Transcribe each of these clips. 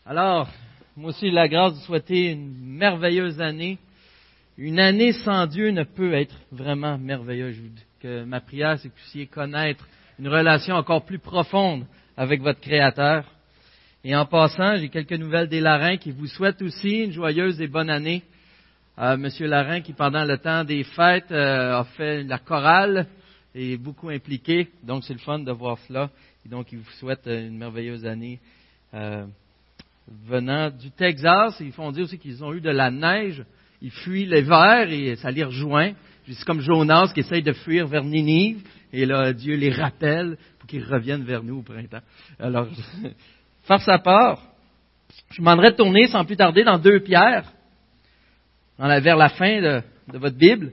Alors, moi aussi, j'ai la grâce de souhaiter une merveilleuse année. Une année sans Dieu ne peut être vraiment merveilleuse. Je vous dis que ma prière, c'est que vous puissiez connaître une relation encore plus profonde avec votre Créateur. Et en passant, j'ai quelques nouvelles des Larrains qui vous souhaitent aussi une joyeuse et bonne année. Monsieur Larrain, qui pendant le temps des fêtes a fait la chorale et est beaucoup impliqué. Donc, c'est le fun de voir cela. Et donc, il vous souhaite une merveilleuse année. Venant du Texas, ils font dire aussi qu'ils ont eu de la neige. Ils fuient l'hiver et ça les rejoint. C'est comme Jonas qui essaye de fuir vers Ninive. Et là, Dieu les rappelle pour qu'ils reviennent vers nous au printemps. Alors, faire sa part, je vous demanderais de tourner sans plus tarder dans 2 Pierre, vers la fin de votre Bible.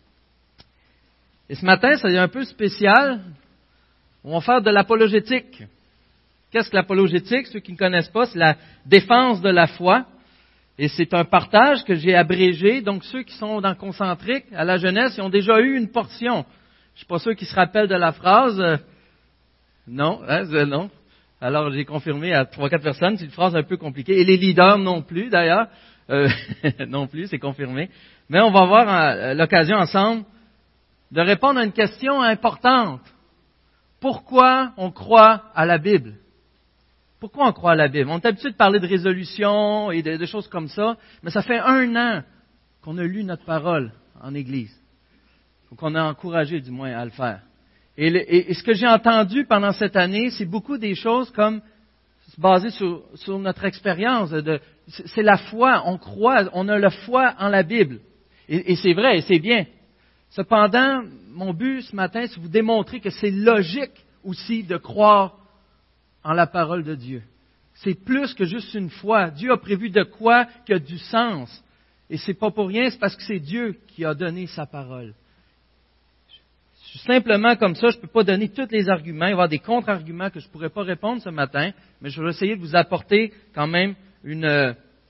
Et ce matin, c'est un peu spécial. On va faire de l'apologétique. Qu'est-ce que l'apologétique? Ceux qui ne connaissent pas, c'est la défense de la foi. Et c'est un partage que j'ai abrégé. Donc, ceux qui sont dans Concentrique, à la jeunesse, ils ont déjà eu une portion. Je ne suis pas sûr qu'ils se rappellent de la phrase. Non, non. Alors, j'ai confirmé à 3-4 personnes. C'est une phrase un peu compliquée. Et les leaders non plus, d'ailleurs. Non plus, c'est confirmé. Mais on va avoir l'occasion ensemble de répondre à une question importante. Pourquoi on croit à la Bible? Pourquoi on croit à la Bible? On est habitué de parler de résolution et de choses comme ça, mais ça fait 1 an qu'on a lu notre parole en Église. Ou qu'on a encouragé, du moins, à le faire. Et ce que j'ai entendu pendant cette année, c'est beaucoup des choses comme basées sur notre expérience. C'est la foi, on croit, on a la foi en la Bible. Et c'est vrai, et c'est bien. Cependant, mon but ce matin, c'est de vous démontrer que c'est logique aussi de croire en la parole de Dieu. C'est plus que juste une foi. Dieu a prévu de quoi qui a du sens. Et c'est pas pour rien, c'est parce que c'est Dieu qui a donné sa parole. Simplement comme ça, je ne peux pas donner tous les arguments. Il va y avoir des contre-arguments que je ne pourrais pas répondre ce matin, mais je vais essayer de vous apporter quand même une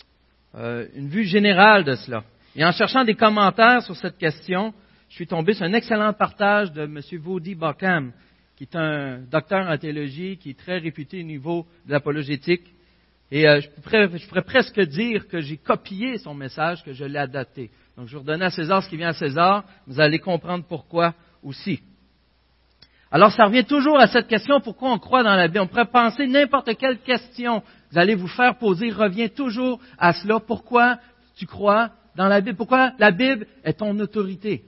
vue générale de cela. Et en cherchant des commentaires sur cette question, je suis tombé sur un excellent partage de M. Vaudy Bockham, qui est un docteur en théologie, qui est très réputé au niveau de l'apologétique. Et je pourrais presque dire que j'ai copié son message, que je l'ai adapté. Donc, je vais redonner à César ce qui vient à César. Vous allez comprendre pourquoi aussi. Alors, ça revient toujours à cette question, pourquoi on croit dans la Bible. On pourrait penser n'importe quelle question vous allez vous faire poser, revient toujours à cela. Pourquoi tu crois dans la Bible? Pourquoi la Bible est ton autorité?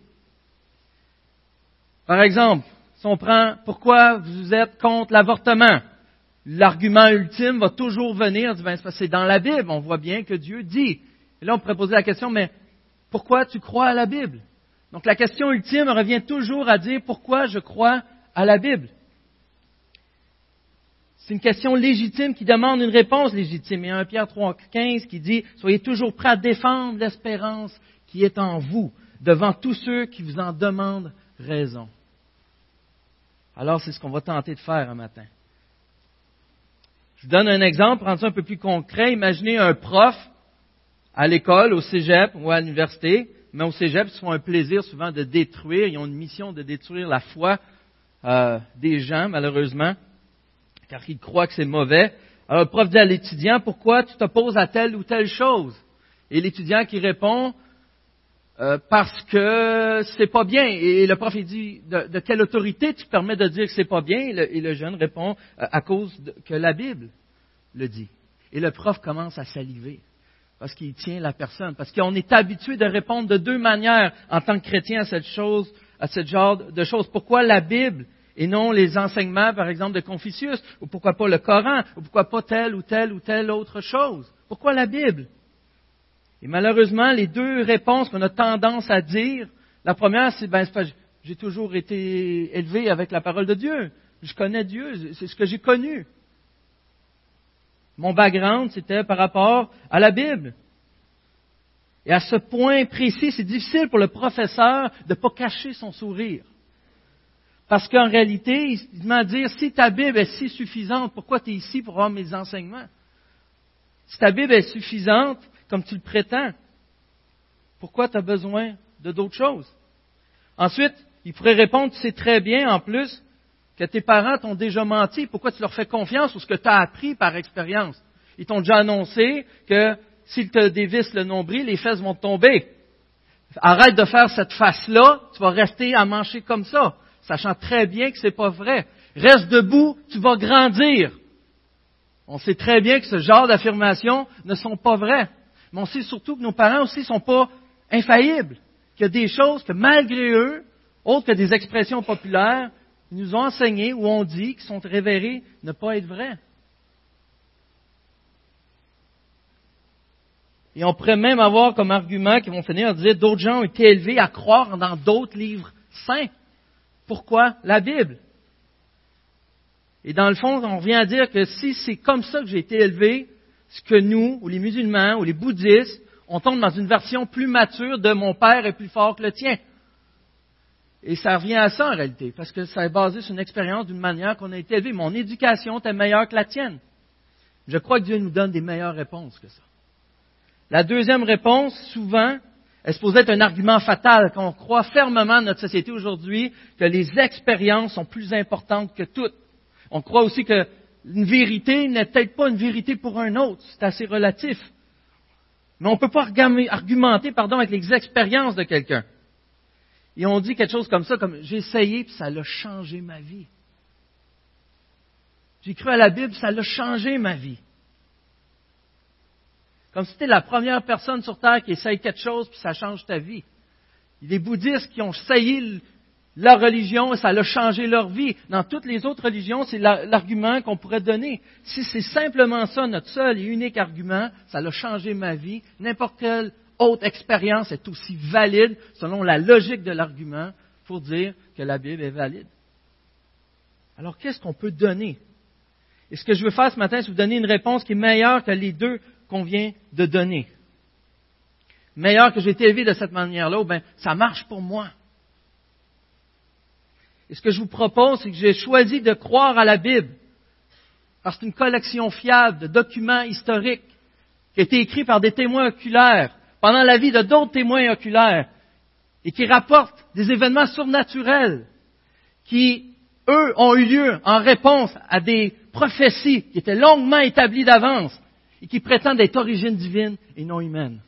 Par exemple, si on prend pourquoi vous êtes contre l'avortement, l'argument ultime va toujours venir, c'est dans la Bible, on voit bien que Dieu dit. Et là, on pourrait poser la question, mais pourquoi tu crois à la Bible? Donc la question ultime revient toujours à dire pourquoi je crois à la Bible. C'est une question légitime qui demande une réponse légitime. Il y a 1 Pierre 3,15 qui dit « Soyez toujours prêts à défendre l'espérance qui est en vous devant tous ceux qui vous en demandent raison. » Alors, c'est ce qu'on va tenter de faire un matin. Je vous donne un exemple, pour rendre ça un peu plus concret. Imaginez un prof à l'école, au cégep ou à l'université, mais au cégep, ils se font un plaisir souvent de détruire, ils ont une mission de détruire la foi des gens, malheureusement, car ils croient que c'est mauvais. Alors, le prof dit à l'étudiant, pourquoi tu t'opposes à telle ou telle chose? Et l'étudiant qui répond, parce que c'est pas bien. Et le prof, il dit, de quelle autorité tu te permets de dire que c'est pas bien? Et le jeune répond, à cause que la Bible le dit. Et le prof commence à saliver, parce qu'il tient la personne. Parce qu'on est habitué de répondre de 2 manières en tant que chrétien à ce genre de choses. Pourquoi la Bible et non les enseignements, par exemple, de Confucius? Ou pourquoi pas le Coran? Ou pourquoi pas telle ou telle ou telle autre chose? Pourquoi la Bible? Et malheureusement, les 2 réponses qu'on a tendance à dire, la première, c'est j'ai toujours été élevé avec la parole de Dieu. Je connais Dieu, c'est ce que j'ai connu. Mon background, c'était par rapport à la Bible. Et à ce point précis, c'est difficile pour le professeur de ne pas cacher son sourire. Parce qu'en réalité, il m'a dit, si ta Bible est si suffisante, pourquoi tu es ici pour avoir mes enseignements? Si ta Bible est suffisante, comme tu le prétends, pourquoi tu as besoin de d'autres choses? Ensuite, il pourrait répondre, tu sais très bien, en plus, que tes parents t'ont déjà menti. Pourquoi tu leur fais confiance sur ce que tu as appris par expérience? Ils t'ont déjà annoncé que s'ils te dévissent le nombril, les fesses vont te tomber. Arrête de faire cette face-là, tu vas rester à manger comme ça, sachant très bien que c'est pas vrai. Reste debout, tu vas grandir. On sait très bien que ce genre d'affirmations ne sont pas vraies. Mais on sait surtout que nos parents aussi ne sont pas infaillibles. Qu'il y a des choses que malgré eux, autres que des expressions populaires, ils nous ont enseignées ou ont dit, qui sont révérées ne pas être vraies. Et on pourrait même avoir comme argument qui vont finir à dire d'autres gens ont été élevés à croire dans d'autres livres saints. Pourquoi la Bible? Et dans le fond, on revient à dire que si c'est comme ça que j'ai été élevé, c'est que nous, ou les musulmans, ou les bouddhistes, on tombe dans une version plus mature de mon père est plus fort que le tien. Et ça revient à ça en réalité, parce que ça est basé sur une expérience d'une manière qu'on a été élevé. Mon éducation était meilleure que la tienne. Je crois que Dieu nous donne des meilleures réponses que ça. La deuxième réponse, souvent, est supposée être un argument fatal, qu'on croit fermement dans notre société aujourd'hui que les expériences sont plus importantes que toutes. On croit aussi qu'une vérité n'est peut-être pas une vérité pour un autre, c'est assez relatif. Mais on ne peut pas argumenter avec les expériences de quelqu'un. Et on dit quelque chose comme ça, comme « j'ai essayé puis ça a changé ma vie ». J'ai cru à la Bible, ça a changé ma vie. Comme si tu étais la première personne sur Terre qui essaye quelque chose puis ça change ta vie. Il y a des bouddhistes qui ont essayé leur religion et ça a changé leur vie. Dans toutes les autres religions, c'est l'argument qu'on pourrait donner. Si c'est simplement ça, notre seul et unique argument, ça a changé ma vie, n'importe quelle autre expérience est aussi valide selon la logique de l'argument pour dire que la Bible est valide. Alors, qu'est-ce qu'on peut donner? Et ce que je veux faire ce matin, c'est vous donner une réponse qui est meilleure que les deux qu'on vient de donner. Meilleure que j'ai été élevé de cette manière-là, ça marche pour moi. Et ce que je vous propose, c'est que j'ai choisi de croire à la Bible, parce que c'est une collection fiable de documents historiques qui a été écrits par des témoins oculaires, pendant la vie de d'autres témoins oculaires, et qui rapportent des événements surnaturels qui, eux, ont eu lieu en réponse à des prophéties qui étaient longuement établies d'avance et qui prétendent être d'origine divine et non humaine.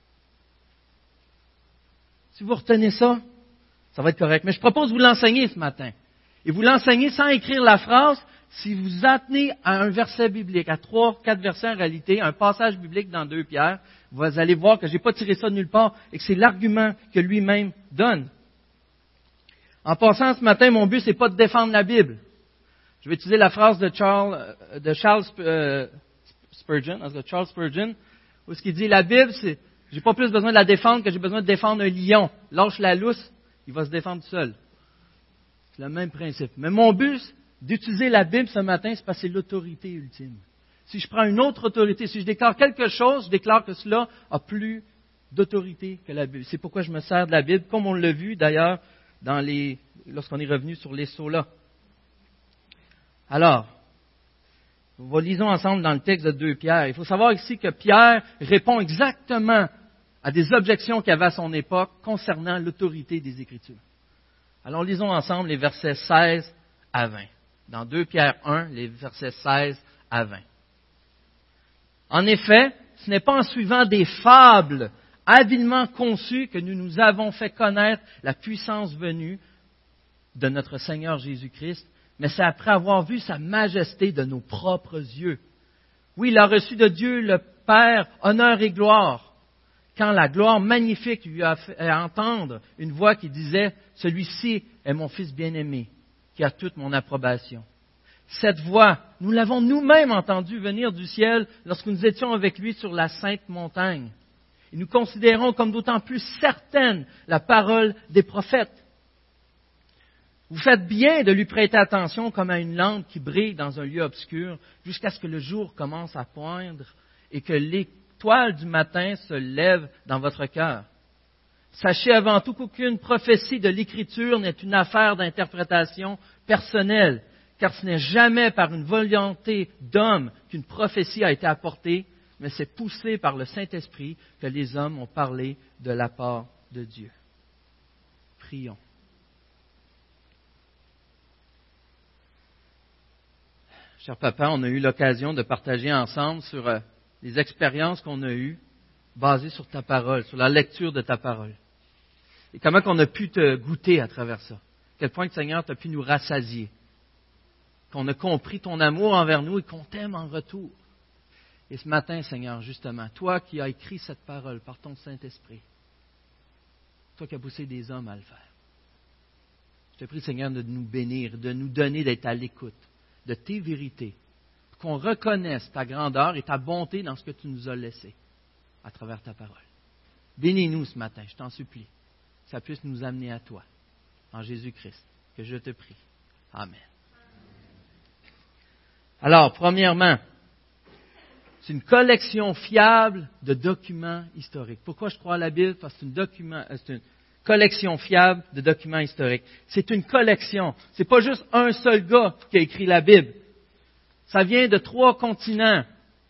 Si vous retenez ça, ça va être correct. Mais je propose de vous l'enseigner ce matin. Et vous l'enseignez sans écrire la phrase, si vous attenez à un verset biblique, à 3, 4 versets en réalité, un passage biblique dans 2 Pierre, vous allez voir que je n'ai pas tiré ça de nulle part et que c'est l'argument que lui-même donne. En passant ce matin, mon but, c'est pas de défendre la Bible. Je vais utiliser la phrase de Charles Spurgeon, où ce qu'il dit, la Bible, j'ai pas plus besoin de la défendre que j'ai besoin de défendre un lion. Lâche la lousse, il va se défendre tout seul. C'est le même principe. Mais mon but d'utiliser la Bible ce matin, c'est parce que c'est l'autorité ultime. Si je prends une autre autorité, si je déclare quelque chose, je déclare que cela a plus d'autorité que la Bible. C'est pourquoi je me sers de la Bible, comme on l'a vu d'ailleurs lorsqu'on est revenu sur les solas. Alors, lisons ensemble dans le texte de 2 Pierre. Il faut savoir ici que Pierre répond exactement à des objections qu'il y avait à son époque concernant l'autorité des Écritures. Alors, lisons ensemble les versets 16 à 20. Dans 2 Pierre 1, les versets 16 à 20. En effet, ce n'est pas en suivant des fables habilement conçues que nous nous avons fait connaître la puissance venue de notre Seigneur Jésus-Christ, mais c'est après avoir vu sa majesté de nos propres yeux. Oui, il a reçu de Dieu le Père honneur et gloire, quand la gloire magnifique lui a fait entendre une voix qui disait « Celui-ci est mon Fils bien-aimé, qui a toute mon approbation. » Cette voix, nous l'avons nous-mêmes entendue venir du ciel lorsque nous étions avec lui sur la sainte montagne. Et nous considérons comme d'autant plus certaine la parole des prophètes. Vous faites bien de lui prêter attention comme à une lampe qui brille dans un lieu obscur jusqu'à ce que le jour commence à poindre et que l'étoile du matin se lève dans votre cœur. Sachez avant tout qu'aucune prophétie de l'Écriture n'est une affaire d'interprétation personnelle, car ce n'est jamais par une volonté d'homme qu'une prophétie a été apportée, mais c'est poussé par le Saint-Esprit que les hommes ont parlé de la part de Dieu. Prions. Cher papa, on a eu l'occasion de partager ensemble sur les expériences qu'on a eues basées sur ta parole, sur la lecture de ta parole. Et comment on a pu te goûter à travers ça. À quel point, Seigneur, tu as pu nous rassasier. Qu'on a compris ton amour envers nous et qu'on t'aime en retour. Et ce matin, Seigneur, justement, toi qui as écrit cette parole par ton Saint-Esprit, toi qui as poussé des hommes à le faire, je te prie, Seigneur, de nous bénir, de nous donner d'être à l'écoute de tes vérités, qu'on reconnaisse ta grandeur et ta bonté dans ce que tu nous as laissé à travers ta parole. Bénis-nous ce matin, je t'en supplie, que ça puisse nous amener à toi, en Jésus-Christ, que je te prie. Amen. Alors, premièrement, c'est une collection fiable de documents historiques. Pourquoi je crois à la Bible? Parce que c'est une collection fiable de documents historiques. C'est une collection. C'est pas juste un seul gars qui a écrit la Bible. Ça vient de 3 continents.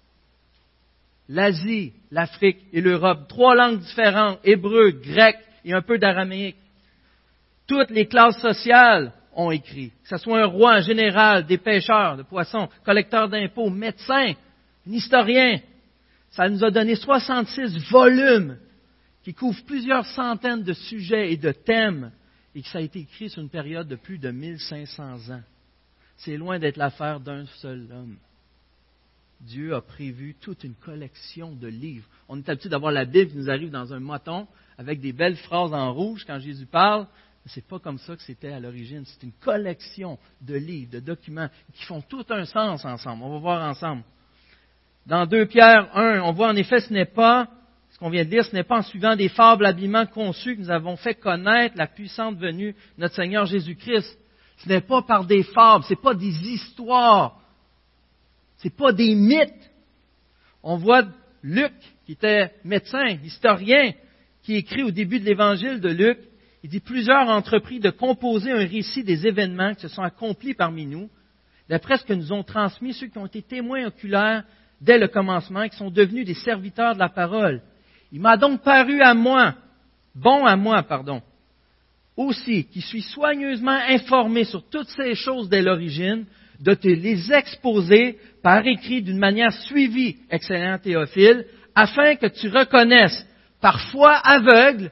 L'Asie, l'Afrique et l'Europe. 3 langues différentes. Hébreu, grec et un peu d'araméique. Toutes les classes sociales ont écrit. Que ce soit un roi, un général, des pêcheurs de poissons, collecteurs d'impôts, médecins, un historien. Ça nous a donné 66 volumes qui couvrent plusieurs centaines de sujets et de thèmes et que ça a été écrit sur une période de plus de 1500 ans. C'est loin d'être l'affaire d'un seul homme. Dieu a prévu toute une collection de livres. On est habitué d'avoir la Bible qui nous arrive dans un moton avec des belles phrases en rouge quand Jésus parle. Mais ce n'est pas comme ça que c'était à l'origine. C'est une collection de livres, de documents qui font tout un sens ensemble. On va voir ensemble. Dans 2 Pierre 1, on voit en effet ce qu'on vient de dire, ce n'est pas en suivant des fables habilement conçus que nous avons fait connaître la puissante venue de notre Seigneur Jésus-Christ. Ce n'est pas par des fables, ce n'est pas des histoires, ce n'est pas des mythes. On voit Luc, qui était médecin, historien, qui écrit au début de l'évangile de Luc, il dit « Plusieurs ont entrepris de composer un récit des événements qui se sont accomplis parmi nous, d'après ce que nous ont transmis ceux qui ont été témoins oculaires dès le commencement et qui sont devenus des serviteurs de la parole. Il m'a donc paru bon à moi, aussi, qui suis soigneusement informé sur toutes ces choses dès l'origine, de te les exposer par écrit d'une manière suivie, excellent Théophile, afin que tu reconnaisses par foi aveugle,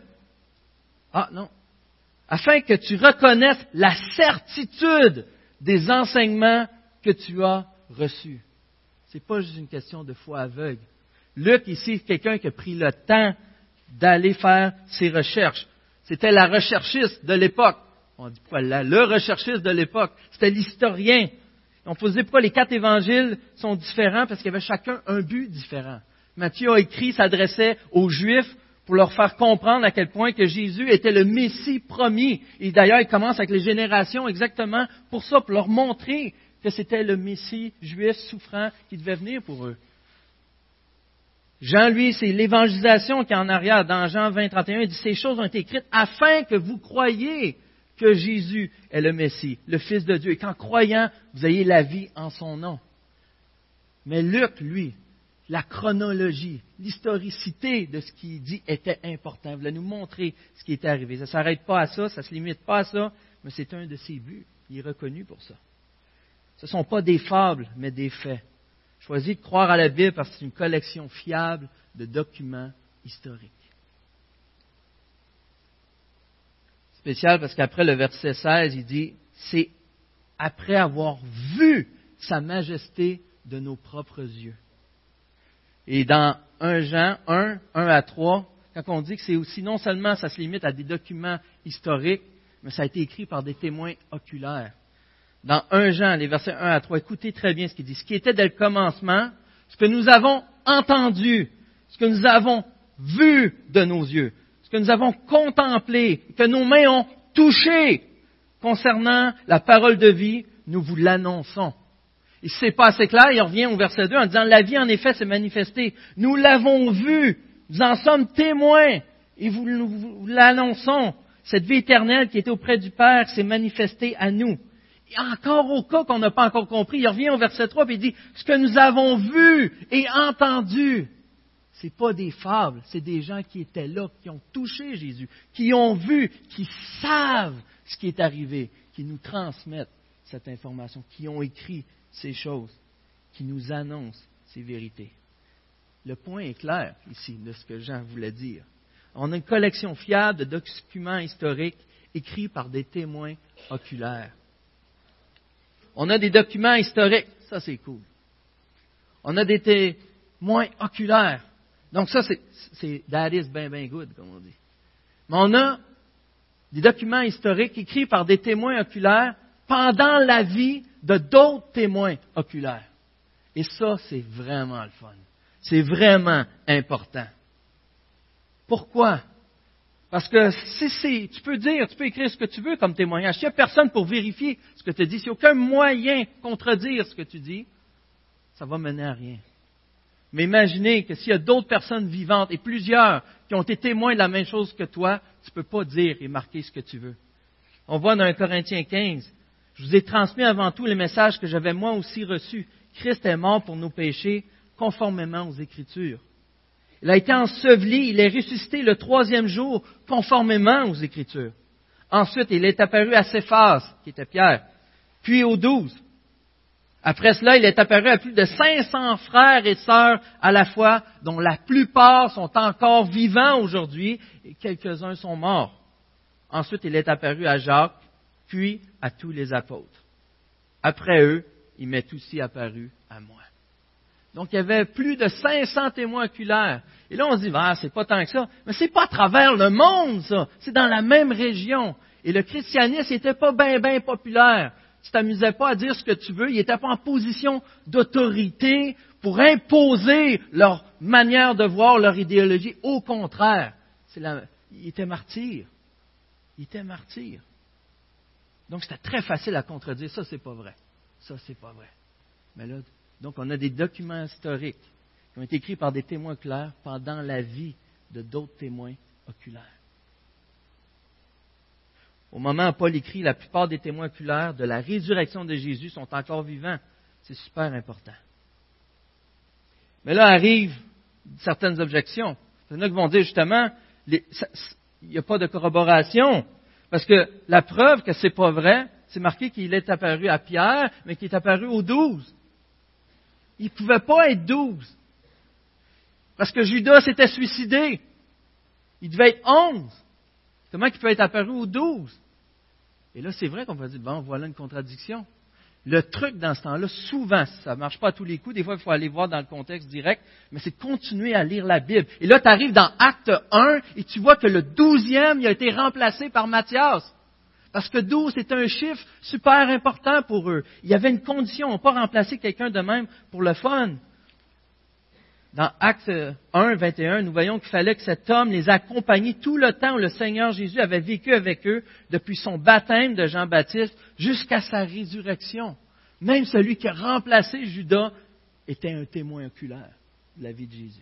afin que tu reconnaisses la certitude des enseignements que tu as reçus. Ce n'est pas juste une question de foi aveugle. Luc, ici, c'est quelqu'un qui a pris le temps d'aller faire ses recherches. C'était la recherchiste de l'époque. On dit pourquoi le recherchiste de l'époque. C'était l'historien. On peut se dire pourquoi les 4 évangiles sont différents, parce qu'il y avait chacun un but différent. Matthieu a écrit, s'adressait aux Juifs pour leur faire comprendre à quel point que Jésus était le Messie promis. Et d'ailleurs, il commence avec les générations exactement pour ça, pour leur montrer que c'était le Messie juif souffrant qui devait venir pour eux. Jean, lui, c'est l'évangélisation qui est en arrière. Dans Jean 20, 31, il dit « Ces choses ont été écrites afin que vous croyiez que Jésus est le Messie, le Fils de Dieu, et qu'en croyant, vous ayez la vie en son nom. » Mais Luc, lui, la chronologie, l'historicité de ce qu'il dit était important. Il voulait nous montrer ce qui était arrivé. Ça ne s'arrête pas à ça, ça ne se limite pas à ça, mais c'est un de ses buts. Il est reconnu pour ça. Ce ne sont pas des fables, mais des faits. Choisis de croire à la Bible parce que c'est une collection fiable de documents historiques. Spécial parce qu'après le verset 16, il dit « C'est après avoir vu sa majesté de nos propres yeux. » Et dans 1 Jean 1 à 3, quand on dit que c'est aussi, non seulement ça se limite à des documents historiques, mais ça a été écrit par des témoins oculaires. Dans 1 Jean, les versets 1 à 3, écoutez très bien ce qu'il dit. Ce qui était dès le commencement, ce que nous avons entendu, ce que nous avons vu de nos yeux, ce que nous avons contemplé, que nos mains ont touché concernant la parole de vie, nous vous l'annonçons. Et si ce n'est pas assez clair, il revient au verset 2 en disant, la vie en effet s'est manifestée. Nous l'avons vue, nous en sommes témoins, et nous l'annonçons. Cette vie éternelle qui était auprès du Père s'est manifestée à nous. Et encore au cas qu'on n'a pas encore compris, il revient au verset 3 et il dit, ce que nous avons vu et entendu, ce n'est pas des fables, c'est des gens qui étaient là, qui ont touché Jésus, qui ont vu, qui savent ce qui est arrivé, qui nous transmettent cette information, qui ont écrit ces choses, qui nous annoncent ces vérités. Le point est clair ici de ce que Jean voulait dire. On a une collection fiable de documents historiques écrits par des témoins oculaires. On a des documents historiques, ça c'est cool. On a des témoins oculaires. Donc ça, c'est that is ben good, comme on dit. Mais on a des documents historiques écrits par des témoins oculaires pendant la vie de d'autres témoins oculaires. Et ça, c'est vraiment le fun. C'est vraiment important. Pourquoi? Parce que tu peux écrire ce que tu veux comme témoignage. S'il n'y a personne pour vérifier ce que tu dis, s'il n'y a aucun moyen de contredire ce que tu dis, ça va mener à rien. Mais imaginez que s'il y a d'autres personnes vivantes et plusieurs qui ont été témoins de la même chose que toi, tu ne peux pas dire et marquer ce que tu veux. On voit dans 1 Corinthiens 15, « Je vous ai transmis avant tout les messages que j'avais moi aussi reçus. Christ est mort pour nos péchés, conformément aux Écritures. Il a été enseveli, il est ressuscité le 3e jour, conformément aux Écritures. Ensuite, il est apparu à Céphas, qui était Pierre, puis aux 12. Après cela, il est apparu à plus de 500 frères et sœurs à la fois, dont la plupart sont encore vivants aujourd'hui et quelques-uns sont morts. Ensuite, il est apparu à Jacques, puis à tous les apôtres. Après eux, il m'est aussi apparu à moi. » Donc, il y avait plus de 500 témoins oculaires. Et là, on se dit, c'est pas tant que ça. Mais c'est pas à travers le monde, ça. C'est dans la même région. Et le christianisme n'était pas bien populaire. Tu t'amusais pas à dire ce que tu veux. Ils n'étaient pas en position d'autorité pour imposer leur manière de voir, leur idéologie. Au contraire, ils étaient martyrs. Ils étaient martyrs. Donc, c'était très facile à contredire. Ça, c'est pas vrai. Ça, c'est pas vrai. Mais là, donc, on a des documents historiques qui ont été écrits par des témoins oculaires pendant la vie de d'autres témoins oculaires. Au moment où Paul écrit, la plupart des témoins oculaires de la résurrection de Jésus sont encore vivants. C'est super important. Mais là arrivent certaines objections. Il y en a qui vont dire justement, il n'y a pas de corroboration. Parce que la preuve que c'est pas vrai, c'est marqué qu'il est apparu à Pierre, mais qu'il est apparu aux 12. Il ne pouvait pas être 12. Parce que Judas s'était suicidé. Il devait être 11. Comment il peut être apparu aux 12? Et là, c'est vrai qu'on va dire, voilà une contradiction. Le truc dans ce temps-là, souvent, ça ne marche pas à tous les coups, des fois il faut aller voir dans le contexte direct, mais c'est de continuer à lire la Bible. Et là, tu arrives dans Acte 1 et tu vois que le 12e, il a été remplacé par Matthias. Parce que 12, c'est un chiffre super important pour eux. Il y avait une condition, on n'a pas remplacé quelqu'un de même pour le fun. Dans Acte 1, 21, nous voyons qu'il fallait que cet homme les accompagne tout le temps où le Seigneur Jésus avait vécu avec eux, depuis son baptême de Jean-Baptiste jusqu'à sa résurrection. Même celui qui a remplacé Judas était un témoin oculaire de la vie de Jésus.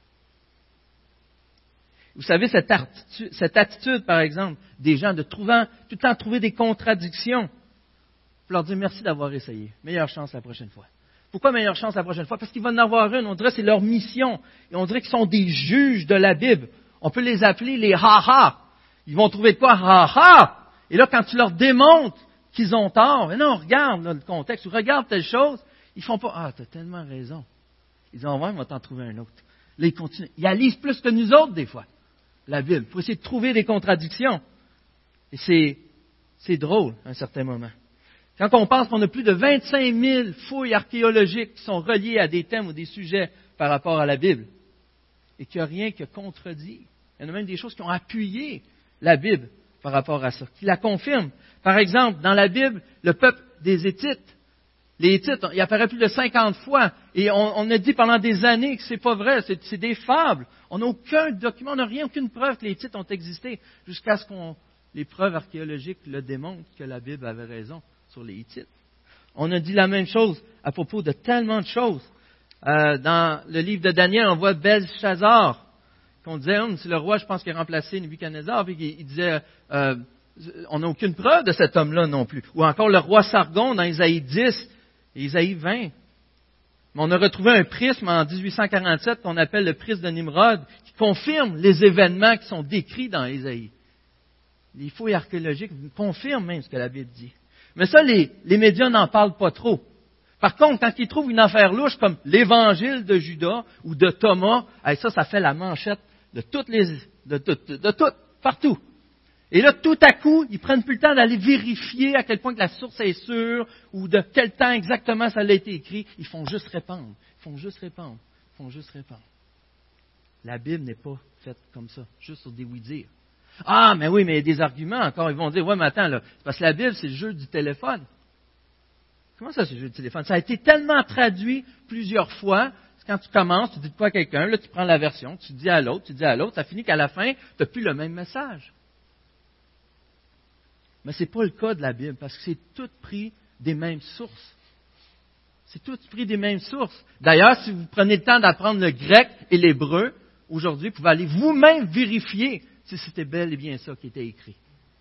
Vous savez, cette attitude, par exemple, des gens de tout le temps trouver des contradictions, pour leur dire merci d'avoir essayé. Meilleure chance la prochaine fois. Pourquoi meilleure chance la prochaine fois? Parce qu'il va en avoir une. On dirait que c'est leur mission. Et on dirait qu'ils sont des juges de la Bible. On peut les appeler les ha-ha. Ils vont trouver de quoi ha-ha. Et là, quand tu leur démontres qu'ils ont tort, mais non, regarde là, le contexte, ou regarde telle chose, ils font pas, tu as tellement raison. Ils disent, on va t'en trouver un autre. Là, ils continuent. Ils la lisent plus que nous autres, des fois, la Bible, pour essayer de trouver des contradictions. Et c'est drôle, à un certain moment. Quand on pense qu'on a plus de 25 000 fouilles archéologiques qui sont reliées à des thèmes ou des sujets par rapport à la Bible, et qu'il n'y a rien qui a contredit. Il y en a même des choses qui ont appuyé la Bible par rapport à ça, qui la confirment. Par exemple, dans la Bible, le peuple des Hétites, les Hétites, il apparaît plus de 50 fois, et on a dit pendant des années que c'est pas vrai, c'est des fables. On n'a aucun document, on n'a rien, aucune preuve que les Hétites ont existé, jusqu'à ce que les preuves archéologiques le démontrent que la Bible avait raison sur les Hittites. On a dit la même chose à propos de tellement de choses. Dans le livre de Daniel, on voit Belchazzar, qu'on disait, c'est le roi, je pense, qui a remplacé Nebuchadnezzar, puis il disait, on n'a aucune preuve de cet homme-là non plus. Ou encore le roi Sargon dans Isaïe 10 et Isaïe 20. Mais on a retrouvé un prisme en 1847 qu'on appelle le prisme de Nimrod, qui confirme les événements qui sont décrits dans Isaïe. Les fouilles archéologiques confirment même ce que la Bible dit. Mais ça, les médias n'en parlent pas trop. Par contre, quand ils trouvent une affaire louche comme l'évangile de Judas ou de Thomas, ça fait la manchette de tout, partout. Et là, tout à coup, ils prennent plus le temps d'aller vérifier à quel point que la source est sûre ou de quel temps exactement ça a été écrit. Ils font juste répandre. La Bible n'est pas faite comme ça, juste sur des oui-dire. Ah, mais oui, mais il y a des arguments encore. Ils vont dire, ouais, mais attends, là, c'est parce que la Bible, c'est le jeu du téléphone. Comment ça, c'est le jeu du téléphone? Ça a été tellement traduit plusieurs fois. Quand tu commences, tu dis de quoi à quelqu'un, là, tu prends la version, tu dis à l'autre, ça finit qu'à la fin, tu n'as plus le même message. Mais ce n'est pas le cas de la Bible, parce que c'est tout pris des mêmes sources. D'ailleurs, si vous prenez le temps d'apprendre le grec et l'hébreu, aujourd'hui, vous pouvez aller vous-même vérifier si c'était bel et bien ça qui était écrit.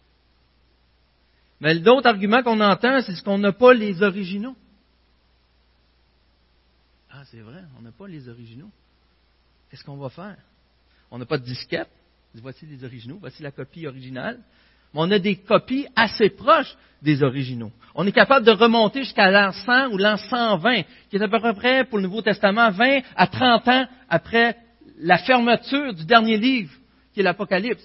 Mais l'autre argument qu'on entend, c'est qu'on n'a pas les originaux. Ah, c'est vrai, on n'a pas les originaux. Qu'est-ce qu'on va faire? On n'a pas de disquette. Voici les originaux, voici la copie originale. Mais on a des copies assez proches des originaux. On est capable de remonter jusqu'à l'an 100 ou l'an 120, qui est à peu près, pour le Nouveau Testament, 20 à 30 ans après la fermeture du dernier livre, qui est l'Apocalypse.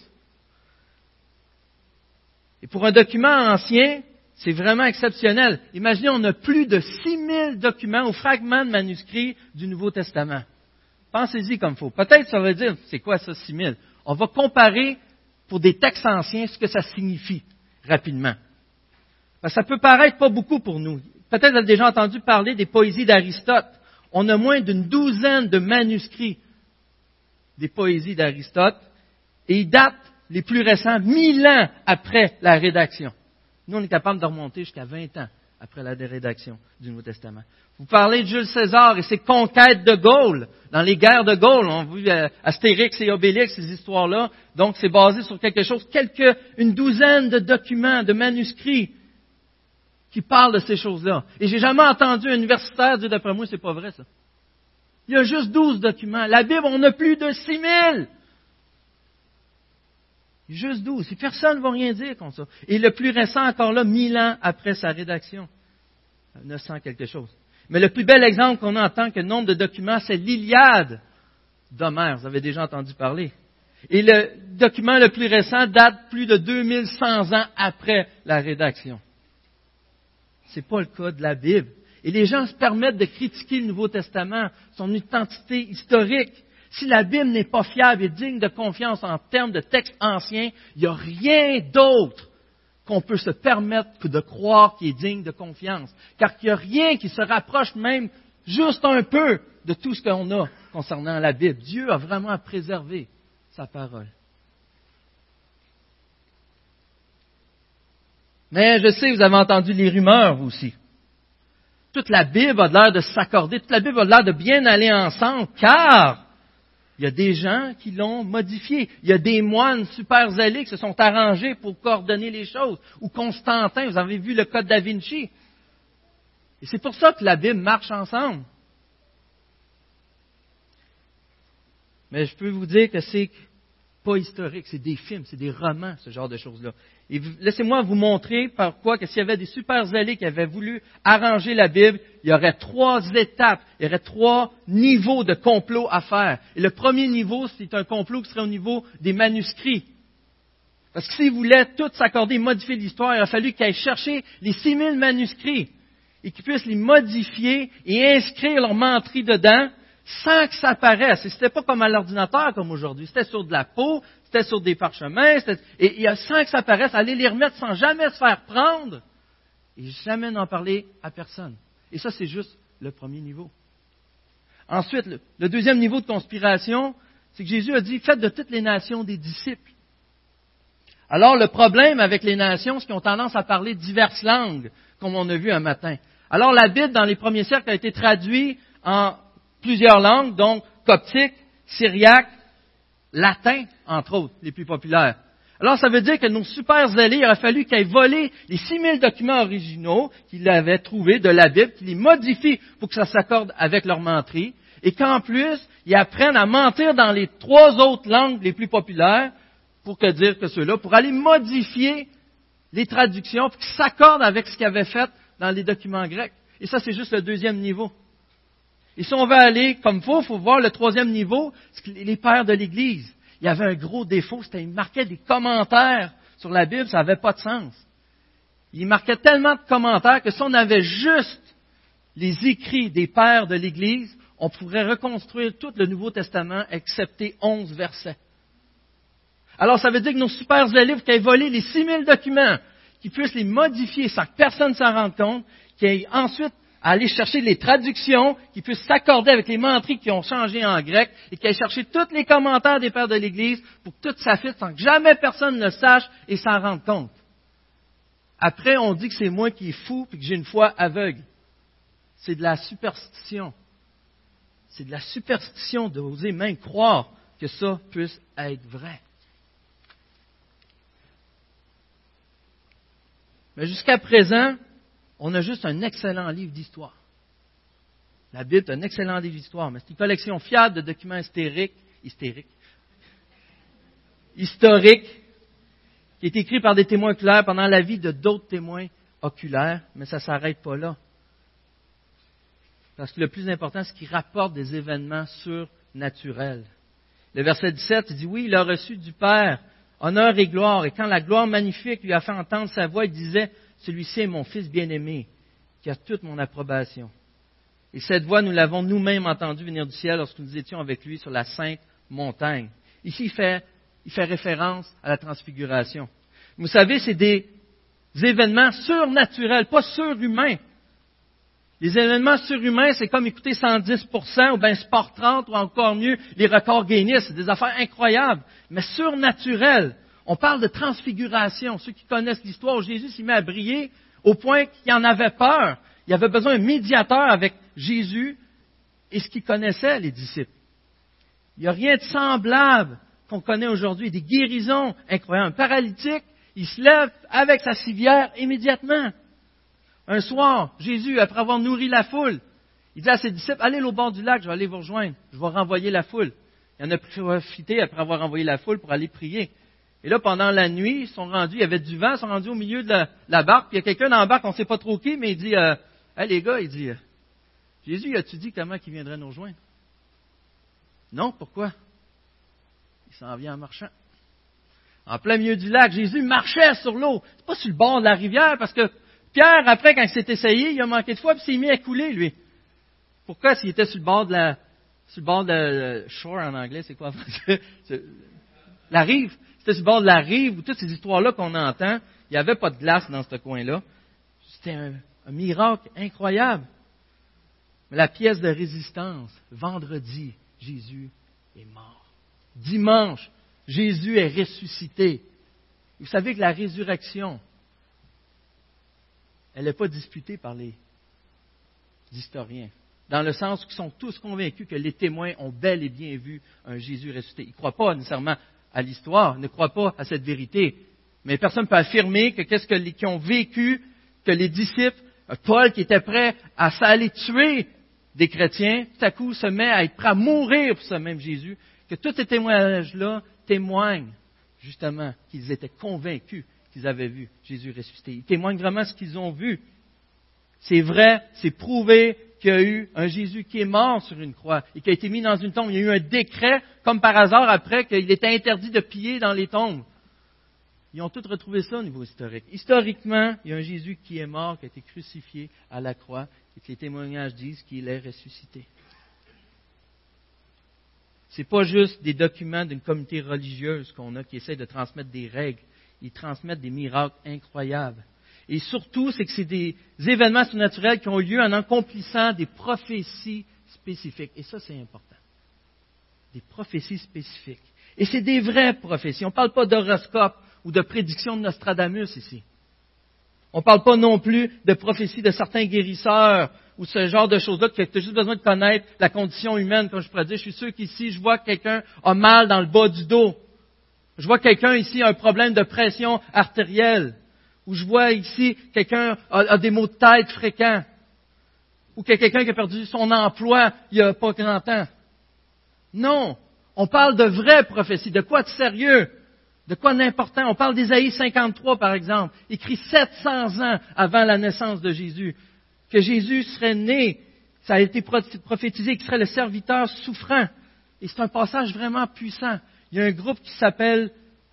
Et pour un document ancien, c'est vraiment exceptionnel. Imaginez, on a plus de 6000 documents ou fragments de manuscrits du Nouveau Testament. Pensez-y comme il faut. Peut-être ça veut dire, c'est quoi ça, 6000? On va comparer pour des textes anciens ce que ça signifie rapidement. Parce que ça peut paraître pas beaucoup pour nous. Peut-être vous avez déjà entendu parler des poésies d'Aristote. On a moins d'une douzaine de manuscrits des poésies d'Aristote et ils datent les plus récents 1000 ans après la rédaction. Nous, on est capable de remonter jusqu'à 20 ans après la rédaction du Nouveau Testament. Vous parlez de Jules César et ses conquêtes de Gaule, dans les guerres de Gaule. On a vu Astérix et Obélix, ces histoires-là. Donc, c'est basé sur quelque chose, une douzaine de documents, de manuscrits qui parlent de ces choses-là. Et j'ai jamais entendu un universitaire dire, d'après moi, c'est pas vrai, ça. Il y a juste 12 documents. La Bible, on a plus de 6000. Juste 12. Et personne ne va rien dire comme ça. Et le plus récent, encore là, 1000 ans après sa rédaction. 900 quelque chose. Mais le plus bel exemple qu'on a en tant que nombre de documents, c'est l'Iliade d'Homère. Vous avez déjà entendu parler. Et le document le plus récent date plus de 2100 ans après la rédaction. Ce n'est pas le cas de la Bible. Et les gens se permettent de critiquer le Nouveau Testament, son identité historique. Si la Bible n'est pas fiable et digne de confiance en termes de textes anciens, il n'y a rien d'autre qu'on peut se permettre que de croire qui est digne de confiance. Car il n'y a rien qui se rapproche même juste un peu de tout ce qu'on a concernant la Bible. Dieu a vraiment préservé sa parole. Mais je sais, vous avez entendu les rumeurs aussi. Toute la Bible a l'air de s'accorder, toute la Bible a l'air de bien aller ensemble, car il y a des gens qui l'ont modifié. Il y a des moines super zélés qui se sont arrangés pour coordonner les choses. Ou Constantin, vous avez vu le Code Da Vinci. Et c'est pour ça que la Bible marche ensemble. Mais je peux vous dire que c'est pas historique, c'est des films, c'est des romans, ce genre de choses-là. Et laissez-moi vous montrer par quoi que s'il y avait des super zélés qui avaient voulu arranger la Bible, il y aurait 3 étapes, il y aurait 3 niveaux de complot à faire. Et le premier niveau, c'est un complot qui serait au niveau des manuscrits. Parce que s'ils voulaient tous s'accorder et modifier l'histoire, il aurait fallu qu'ils aillent chercher les 6000 manuscrits et qu'ils puissent les modifier et inscrire leur menterie dedans, sans que ça apparaisse. Et c'était pas comme à l'ordinateur comme aujourd'hui. C'était sur de la peau, c'était sur des parchemins, et sans que ça apparaisse, aller les remettre sans jamais se faire prendre et jamais n'en parler à personne. Et ça, c'est juste le premier niveau. Ensuite, le deuxième niveau de conspiration, c'est que Jésus a dit, faites de toutes les nations des disciples. Alors, le problème avec les nations, c'est qu'ils ont tendance à parler diverses langues, comme on a vu un matin. Alors, la Bible, dans les premiers siècles, a été traduite en plusieurs langues, donc coptique, syriaque, latin, entre autres, les plus populaires. Alors, ça veut dire que nos super zélés, il aurait fallu qu'ils aient volé les 6000 documents originaux qu'ils avaient trouvés de la Bible, qu'ils les modifient pour que ça s'accorde avec leur menterie, et qu'en plus, ils apprennent à mentir dans les 3 autres langues les plus populaires, pour que dire que ceux-là, pour aller modifier les traductions, pour qu'ils s'accordent avec ce qu'ils avaient fait dans les documents grecs. Et ça, c'est juste le deuxième niveau. Et si on veut aller comme il faut voir le troisième niveau, c'est que les pères de l'Église, il y avait un gros défaut, c'était qu'ils marquaient des commentaires sur la Bible, ça n'avait pas de sens. Ils marquaient tellement de commentaires que si on avait juste les écrits des pères de l'Église, on pourrait reconstruire tout le Nouveau Testament, excepté 11 versets. Alors, ça veut dire que nos super livres qui aient volé les 6000 documents, qui puissent les modifier sans que personne s'en rende compte, qui aient ensuite à aller chercher les traductions, qui puissent s'accorder avec les mentries qui ont changé en grec, et qui aient cherché tous les commentaires des pères de l'Église pour que tout s'affiche sans que jamais personne ne sache et s'en rende compte. Après, on dit que c'est moi qui est fou et que j'ai une foi aveugle. C'est de la superstition. C'est de la superstition d'oser même croire que ça puisse être vrai. Mais jusqu'à présent, on a juste un excellent livre d'histoire. La Bible est un excellent livre d'histoire, mais c'est une collection fiable de documents historiques, qui est écrit par des témoins oculaires pendant la vie de d'autres témoins oculaires, mais ça ne s'arrête pas là. Parce que le plus important, c'est qu'il rapporte des événements surnaturels. Le verset 17, il dit, oui, il a reçu du Père honneur et gloire, et quand la gloire magnifique lui a fait entendre sa voix, il disait, celui-ci est mon Fils bien-aimé, qui a toute mon approbation. Et cette voix, nous l'avons nous-mêmes entendue venir du ciel lorsque nous étions avec lui sur la sainte montagne. Ici, il fait référence à la transfiguration. Vous savez, c'est des événements surnaturels, pas surhumains. Les événements surhumains, c'est comme écouter 110%, ou bien Sport 30, ou encore mieux, les records Guinness. C'est des affaires incroyables, mais surnaturelles. On parle de transfiguration. Ceux qui connaissent l'histoire, Jésus s'y met à briller au point qu'il en avait peur. Il avait besoin d'un médiateur avec Jésus et ce qu'ils connaissaient, les disciples. Il n'y a rien de semblable qu'on connaît aujourd'hui. Des guérisons incroyables. Un paralytique, il se lève avec sa civière immédiatement. Un soir, Jésus, après avoir nourri la foule, il dit à ses disciples, allez au bord du lac, je vais aller vous rejoindre, je vais renvoyer la foule. Il en a profité après avoir renvoyé la foule pour aller prier. Et là, pendant la nuit, ils sont rendus, il y avait du vent, ils sont rendus au milieu de la barque, puis il y a quelqu'un dans la barque, on ne sait pas trop qui, mais il dit, hey les gars, il dit, Jésus, as-tu dit comment il viendrait nous rejoindre? Non, pourquoi? Il s'en vient en marchant. En plein milieu du lac, Jésus marchait sur l'eau. C'est pas sur le bord de la rivière, parce que Pierre, après, quand il s'est essayé, il a manqué de foi, puis il s'est mis à couler, lui. Pourquoi s'il était sur le bord de shore en anglais, c'est quoi en français? La rive. C'était sur le bord de la rive, où toutes ces histoires-là qu'on entend, il n'y avait pas de glace dans ce coin-là. C'était un miracle incroyable. Mais la pièce de résistance, vendredi, Jésus est mort. Dimanche, Jésus est ressuscité. Vous savez que la résurrection, elle n'est pas disputée par les historiens, dans le sens qu'ils sont tous convaincus que les témoins ont bel et bien vu un Jésus ressuscité. Ils ne croient pas nécessairement à l'histoire, ne croient pas à cette vérité. Mais personne ne peut affirmer que qui ont vécu, que les disciples, Paul qui était prêt à s'aller tuer des chrétiens, tout à coup se met à être prêt à mourir pour ce même Jésus, que tous ces témoignages-là témoignent justement qu'ils étaient convaincus qu'ils avaient vu Jésus ressuscité. Ils témoignent vraiment ce qu'ils ont vu. C'est vrai, c'est prouvé qu'il y a eu un Jésus qui est mort sur une croix et qui a été mis dans une tombe. Il y a eu un décret, comme par hasard, après qu'il était interdit de piller dans les tombes. Ils ont tous retrouvé ça au niveau historique. Historiquement, il y a un Jésus qui est mort, qui a été crucifié à la croix et que les témoignages disent qu'il est ressuscité. Ce n'est pas juste des documents d'une communauté religieuse qu'on a qui essaie de transmettre des règles. Ils transmettent des miracles incroyables. Et surtout, c'est que c'est des événements surnaturels qui ont eu lieu en accomplissant des prophéties spécifiques. Et ça, c'est important. Des prophéties spécifiques. Et c'est des vraies prophéties. On ne parle pas d'horoscope ou de prédiction de Nostradamus ici. On ne parle pas non plus de prophéties de certains guérisseurs ou ce genre de choses-là, que tu as juste besoin de connaître la condition humaine, comme je pourrais dire. Je suis sûr qu'ici, je vois que quelqu'un a mal dans le bas du dos. Je vois quelqu'un ici a un problème de pression artérielle. Ou je vois ici quelqu'un a des maux de tête fréquents. Ou qu'il y a quelqu'un qui a perdu son emploi il n'y a pas grand temps. Non, on parle de vraies prophéties, de quoi de sérieux, de quoi d'important. On parle d'Ésaïe 53 par exemple, écrit 700 ans avant la naissance de Jésus. que Jésus serait né, ça a été prophétisé, qu'il serait le serviteur souffrant. Et c'est un passage vraiment puissant. Il y a un groupe qui s'appelle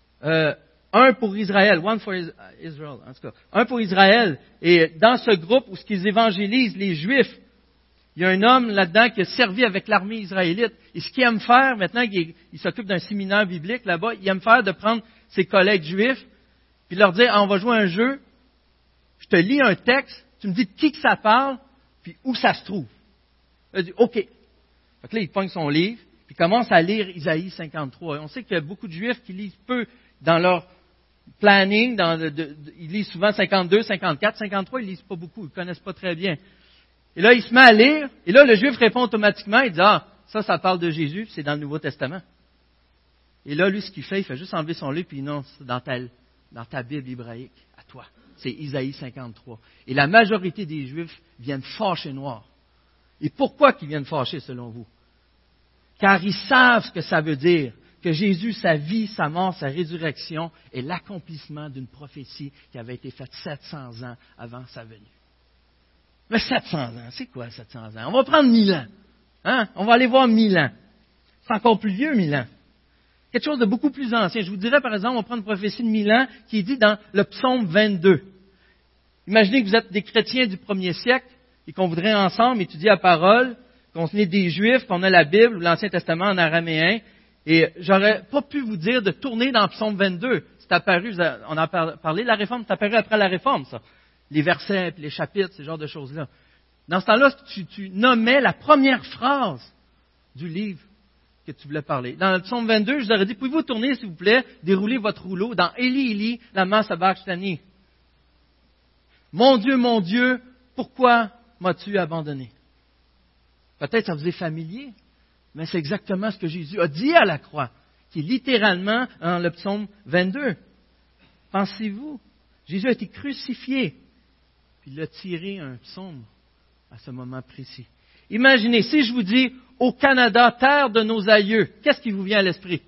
Un pour Israël, One for Israel, en tout cas, Un pour Israël. Et dans ce groupe où ce qu'ils évangélisent les Juifs, il y a un homme là-dedans qui a servi avec l'armée israélite. Et ce qu'il aime faire, maintenant qu'il s'occupe d'un séminaire biblique là-bas, il aime faire de prendre ses collègues juifs, puis de leur dire, on va jouer un jeu, je te lis un texte, tu me dis de qui que ça parle, puis où ça se trouve. Il dit, OK. Fait que là, il pogne son livre, puis il commence à lire Isaïe 53. Et on sait qu'il y a beaucoup de Juifs qui lisent peu dans leur planning. Ils lisent souvent 52, 54, 53, ils lisent pas beaucoup, ils connaissent pas très bien. Et là, il se met à lire, et là, le Juif répond automatiquement, il dit, ça parle de Jésus, c'est dans le Nouveau Testament. Et là, lui, ce qu'il fait, il fait juste enlever son livre, puis non, c'est dans ta Bible hébraïque, à toi. C'est Isaïe 53. Et la majorité des Juifs viennent fâcher noir. Et pourquoi qu'ils viennent fâcher, selon vous? Car ils savent ce que ça veut dire, que Jésus, sa vie, sa mort, sa résurrection, est l'accomplissement d'une prophétie qui avait été faite 700 ans avant sa venue. Mais 700 ans, c'est quoi 700 ans? On va prendre 1000 ans. Hein? On va aller voir 1000 ans. C'est encore plus vieux, 1000 ans. Quelque chose de beaucoup plus ancien. Je vous dirais, par exemple, on va prendre une prophétie de 1000 ans qui est dit dans le psaume 22. Imaginez que vous êtes des chrétiens du 1er siècle et qu'on voudrait ensemble étudier la parole, qu'on est des Juifs, qu'on a la Bible ou l'Ancien Testament en araméen. Et j'aurais pas pu vous dire de tourner dans le psaume 22. C'est apparu, on a parlé de la Réforme, c'est apparu après la Réforme, ça. Les versets, les chapitres, ce genre de choses-là. Dans ce temps-là, tu nommais la première phrase du livre que tu voulais parler. Dans le psaume 22, je vous aurais dit, pouvez-vous tourner, s'il vous plaît, dérouler votre rouleau dans Élie, Élie, lama sabachthani. Mon Dieu, pourquoi m'as-tu abandonné? Peut-être ça vous est familier, mais c'est exactement ce que Jésus a dit à la croix, qui est littéralement dans le psaume 22. Pensez-vous, Jésus a été crucifié, puis il a tiré un psaume à ce moment précis. Imaginez, si je vous dis, au Canada, terre de nos aïeux, qu'est-ce qui vous vient à l'esprit?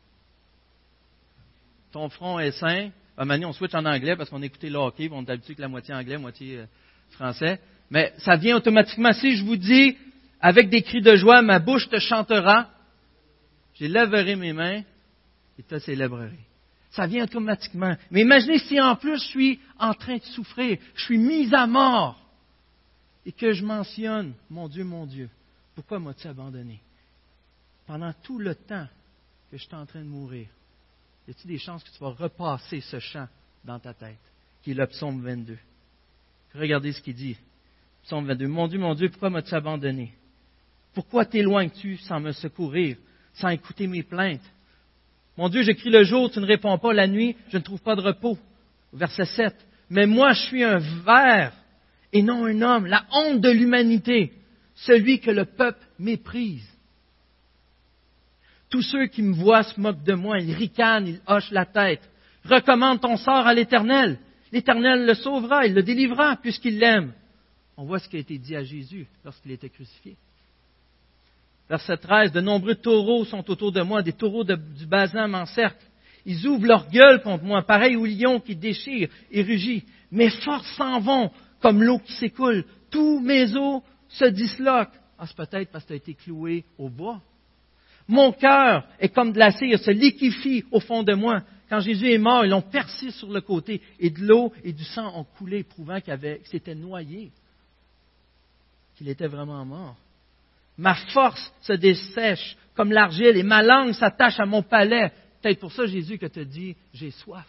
Ton front est sain. Maintenant, on switch en anglais parce qu'on écoutait le hockey, on est habitué que la moitié anglais, moitié français. Mais ça vient automatiquement. Si je vous dis, avec des cris de joie, ma bouche te chantera, j'élèverai mes mains et te célébrerai. Ça vient automatiquement. Mais imaginez si en plus je suis en train de souffrir, je suis mis à mort, et que je mentionne, mon Dieu, pourquoi m'as-tu abandonné? Pendant tout le temps que je suis en train de mourir, y a-t-il des chances que tu vas repasser ce chant dans ta tête, qui est le psaume 22? Regardez ce qu'il dit. Psaume 22. Mon Dieu, pourquoi m'as-tu abandonné? Pourquoi t'éloignes-tu sans me secourir, sans écouter mes plaintes? Mon Dieu, je crie le jour, tu ne réponds pas, la nuit, je ne trouve pas de repos. Verset 7. Mais moi, je suis un ver et non un homme, la honte de l'humanité, celui que le peuple méprise. Tous ceux qui me voient se moquent de moi, ils ricanent, ils hochent la tête. Recommande ton sort à l'Éternel. L'Éternel le sauvera, il le délivrera, puisqu'il l'aime. On voit ce qui a été dit à Jésus lorsqu'il était crucifié. Verset 13, de nombreux taureaux sont autour de moi, des taureaux du Basan m'encerclent. Ils ouvrent leur gueule contre moi, pareil au lion qui déchire et rugit. Mes forces s'en vont comme l'eau qui s'écoule. Tous mes os se disloquent. C'est peut-être parce que tu as été cloué au bois. Mon cœur est comme de la cire, se liquéfie au fond de moi. Quand Jésus est mort, ils l'ont percé sur le côté, et de l'eau et du sang ont coulé, prouvant qu'il s'était noyé, qu'il était vraiment mort. Ma force se dessèche comme l'argile, et ma langue s'attache à mon palais. Peut-être pour ça, Jésus, que tu as dit, j'ai soif.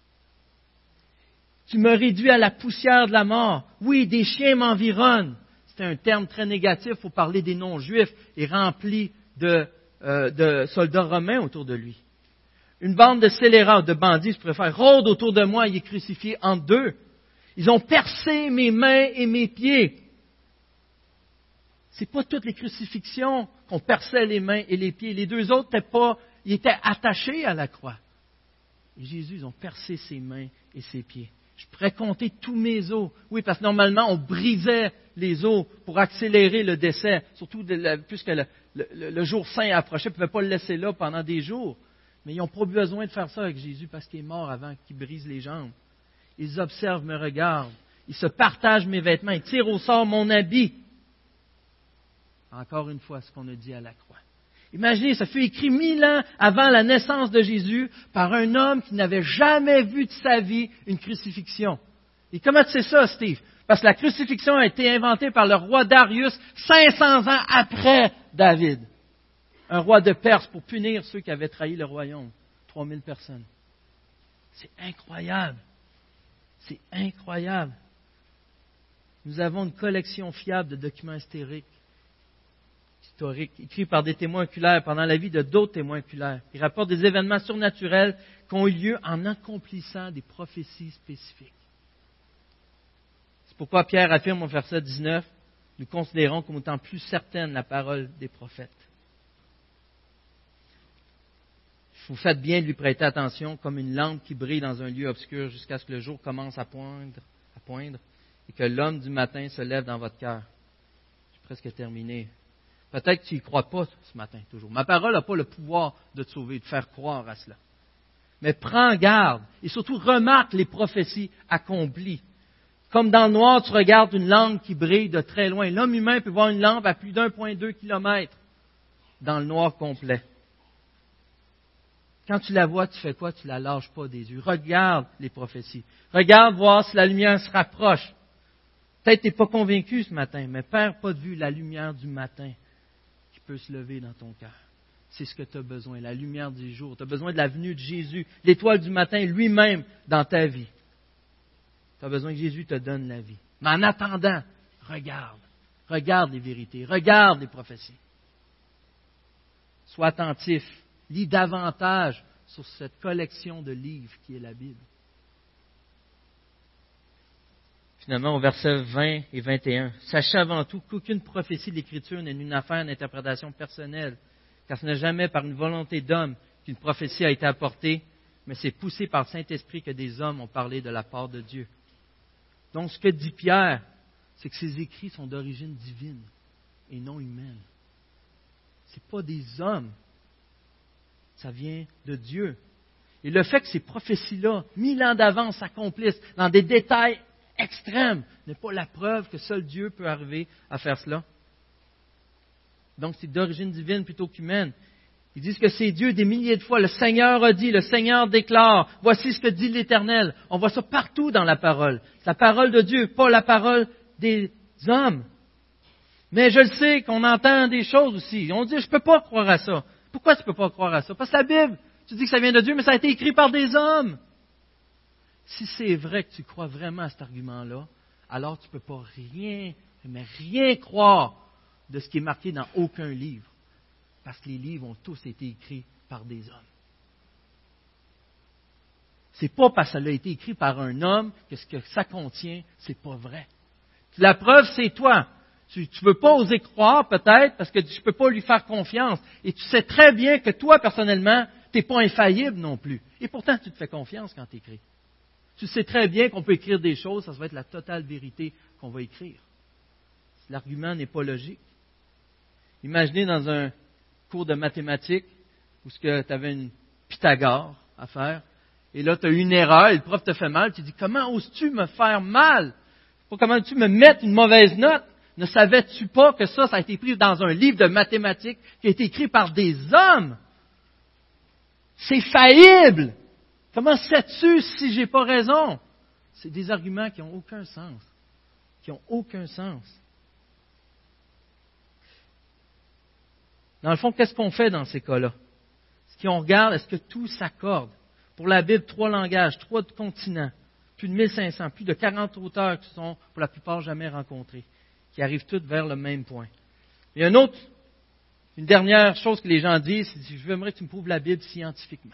Tu me réduis à la poussière de la mort. Oui, des chiens m'environnent. C'est un terme très négatif pour parler des non-juifs et rempli de soldats romains autour de lui. Une bande de scélérats, de bandits, je préfère, rôde autour de moi, il est crucifié entre deux. Ils ont percé mes mains et mes pieds. C'est pas toutes les crucifixions qu'on perçait les mains et les pieds. Les deux autres ils étaient attachés à la croix. Et Jésus, ils ont percé ses mains et ses pieds. Je pourrais compter tous mes os. Oui, parce que normalement, on brisait les os pour accélérer le décès. Surtout puisque le jour saint approchait, ils ne pouvaient pas le laisser là pendant des jours. Mais ils n'ont pas besoin de faire ça avec Jésus parce qu'il est mort avant qu'il brise les jambes. Ils observent, me regardent. Ils se partagent mes vêtements. Ils tirent au sort mon habit. Encore une fois, ce qu'on a dit à la croix. Imaginez, ça fut écrit 1000 ans avant la naissance de Jésus par un homme qui n'avait jamais vu de sa vie une crucifixion. Et comment tu sais ça, Steve? Parce que la crucifixion a été inventée par le roi Darius 500 ans après David. Un roi de Perse pour punir ceux qui avaient trahi le royaume. 3000 personnes. C'est incroyable. C'est incroyable. Nous avons une collection fiable de documents historiques, écrits par des témoins oculaires pendant la vie de d'autres témoins oculaires. Ils rapportent des événements surnaturels qui ont eu lieu en accomplissant des prophéties spécifiques. C'est pourquoi Pierre affirme au verset 19, nous considérons comme étant plus certaine la parole des prophètes. Vous faites bien de lui prêter attention comme une lampe qui brille dans un lieu obscur jusqu'à ce que le jour commence à poindre et que l'homme du matin se lève dans votre cœur. J'ai presque terminé. Peut-être que tu n'y crois pas ce matin, toujours. Ma parole n'a pas le pouvoir de te sauver, de faire croire à cela. Mais prends garde et surtout remarque les prophéties accomplies. Comme dans le noir, tu regardes une lampe qui brille de très loin. L'homme humain peut voir une lampe à plus d'1,2 km dans le noir complet. Quand tu la vois, tu fais quoi? Tu ne la lâches pas des yeux. Regarde les prophéties. Regarde voir si la lumière se rapproche. Peut-être que tu n'es pas convaincu ce matin, mais perds pas de vue la lumière du matin qui peut se lever dans ton cœur. C'est ce que tu as besoin, la lumière du jour. Tu as besoin de la venue de Jésus, l'étoile du matin lui-même dans ta vie. Tu as besoin que Jésus te donne la vie. Mais en attendant, regarde les vérités, regarde les prophéties. Sois attentif, lis davantage sur cette collection de livres qui est la Bible. Finalement, au verset 20 et 21, « Sachez avant tout qu'aucune prophétie de l'Écriture n'est une affaire d'interprétation personnelle, car ce n'est jamais par une volonté d'homme qu'une prophétie a été apportée, mais c'est poussé par le Saint-Esprit que des hommes ont parlé de la part de Dieu. » Donc, ce que dit Pierre, c'est que ces écrits sont d'origine divine et non humaine. Ce n'est pas des hommes. Ça vient de Dieu. Et le fait que ces prophéties-là, 1000 ans d'avance, s'accomplissent dans des détails extrêmes, n'est pas la preuve que seul Dieu peut arriver à faire cela. Donc, c'est d'origine divine plutôt qu'humaine. Ils disent que c'est Dieu des milliers de fois. Le Seigneur a dit, le Seigneur déclare. Voici ce que dit l'Éternel. On voit ça partout dans la parole. C'est la parole de Dieu, pas la parole des hommes. Mais je le sais qu'on entend des choses aussi. On dit, je ne peux pas croire à ça. Pourquoi tu ne peux pas croire à ça? Parce que la Bible, tu dis que ça vient de Dieu, mais ça a été écrit par des hommes. Si c'est vrai que tu crois vraiment à cet argument-là, alors tu ne peux pas rien croire de ce qui est marqué dans aucun livre. Parce que les livres ont tous été écrits par des hommes. C'est pas parce que ça a été écrit par un homme que ce que ça contient, c'est pas vrai. La preuve, c'est toi. Tu ne veux pas oser croire, peut-être, parce que tu ne peux pas lui faire confiance. Et tu sais très bien que toi, personnellement, tu n'es pas infaillible non plus. Et pourtant, tu te fais confiance quand tu écris. Tu sais très bien qu'on peut écrire des choses, ça va être la totale vérité qu'on va écrire. L'argument n'est pas logique. Imaginez dans un cours de mathématiques où tu avais une Pythagore à faire, et là, tu as eu une erreur, et le prof te fait mal, tu dis, comment oses-tu me faire mal? Comment oses-tu me mettre une mauvaise note? Ne savais-tu pas que ça a été pris dans un livre de mathématiques qui a été écrit par des hommes? C'est faillible! Comment sais-tu si j'ai pas raison? C'est des arguments qui n'ont aucun sens. Qui n'ont aucun sens. Dans le fond, qu'est-ce qu'on fait dans ces cas-là? Ce qu'on regarde, est-ce que tout s'accorde? Pour la Bible, 3 langages, 3 continents, plus de 1500, plus de 40 auteurs qui sont, pour la plupart, jamais rencontrés, qui arrivent tous vers le même point. Il y a une dernière chose que les gens disent, c'est je voudrais que tu me prouves la Bible scientifiquement.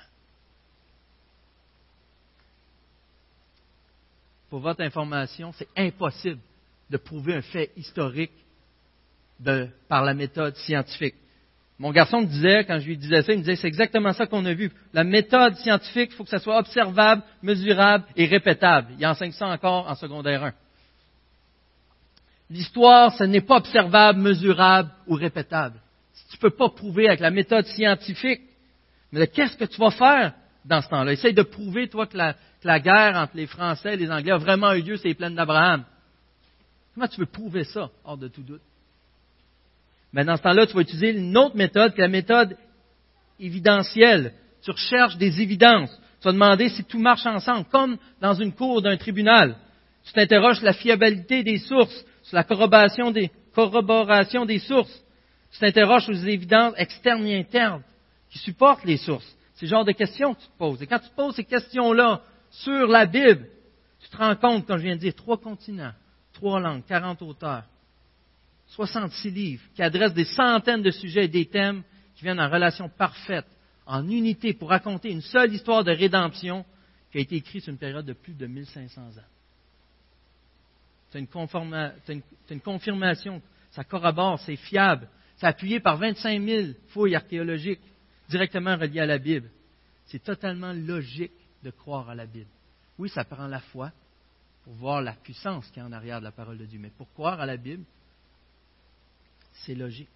Pour votre information, c'est impossible de prouver un fait historique par la méthode scientifique. Mon garçon me disait, quand je lui disais ça, il me disait, c'est exactement ça qu'on a vu. La méthode scientifique, il faut que ça soit observable, mesurable et répétable. Il enseigne ça encore en secondaire 1. L'histoire, ce n'est pas observable, mesurable ou répétable. Si tu ne peux pas prouver avec la méthode scientifique, mais qu'est-ce que tu vas faire dans ce temps-là. Essaye de prouver, toi, que la guerre entre les Français et les Anglais a vraiment eu lieu sur les plaines d'Abraham. Comment tu veux prouver ça, hors de tout doute? Mais dans ce temps-là, tu vas utiliser une autre méthode, qui est la méthode évidentielle. Tu recherches des évidences. Tu vas demander si tout marche ensemble, comme dans une cour d'un tribunal. Tu t'interroges sur la fiabilité des sources, sur la corroboration des sources. Tu t'interroges sur les évidences externes et internes qui supportent les sources. C'est le genre de questions que tu te poses. Et quand tu te poses ces questions-là sur la Bible, tu te rends compte, comme je viens de dire, 3 continents, 3 langues, 40 auteurs, 66 livres qui adressent des centaines de sujets et des thèmes qui viennent en relation parfaite, en unité, pour raconter une seule histoire de rédemption qui a été écrite sur une période de plus de 1500 ans. C'est une confirmation, ça corrobore, c'est fiable, c'est appuyé par 25 000 fouilles archéologiques directement reliées à la Bible. C'est totalement logique de croire à la Bible. Oui, ça prend la foi pour voir la puissance qu'il y a en arrière de la parole de Dieu, mais pour croire à la Bible, c'est logique.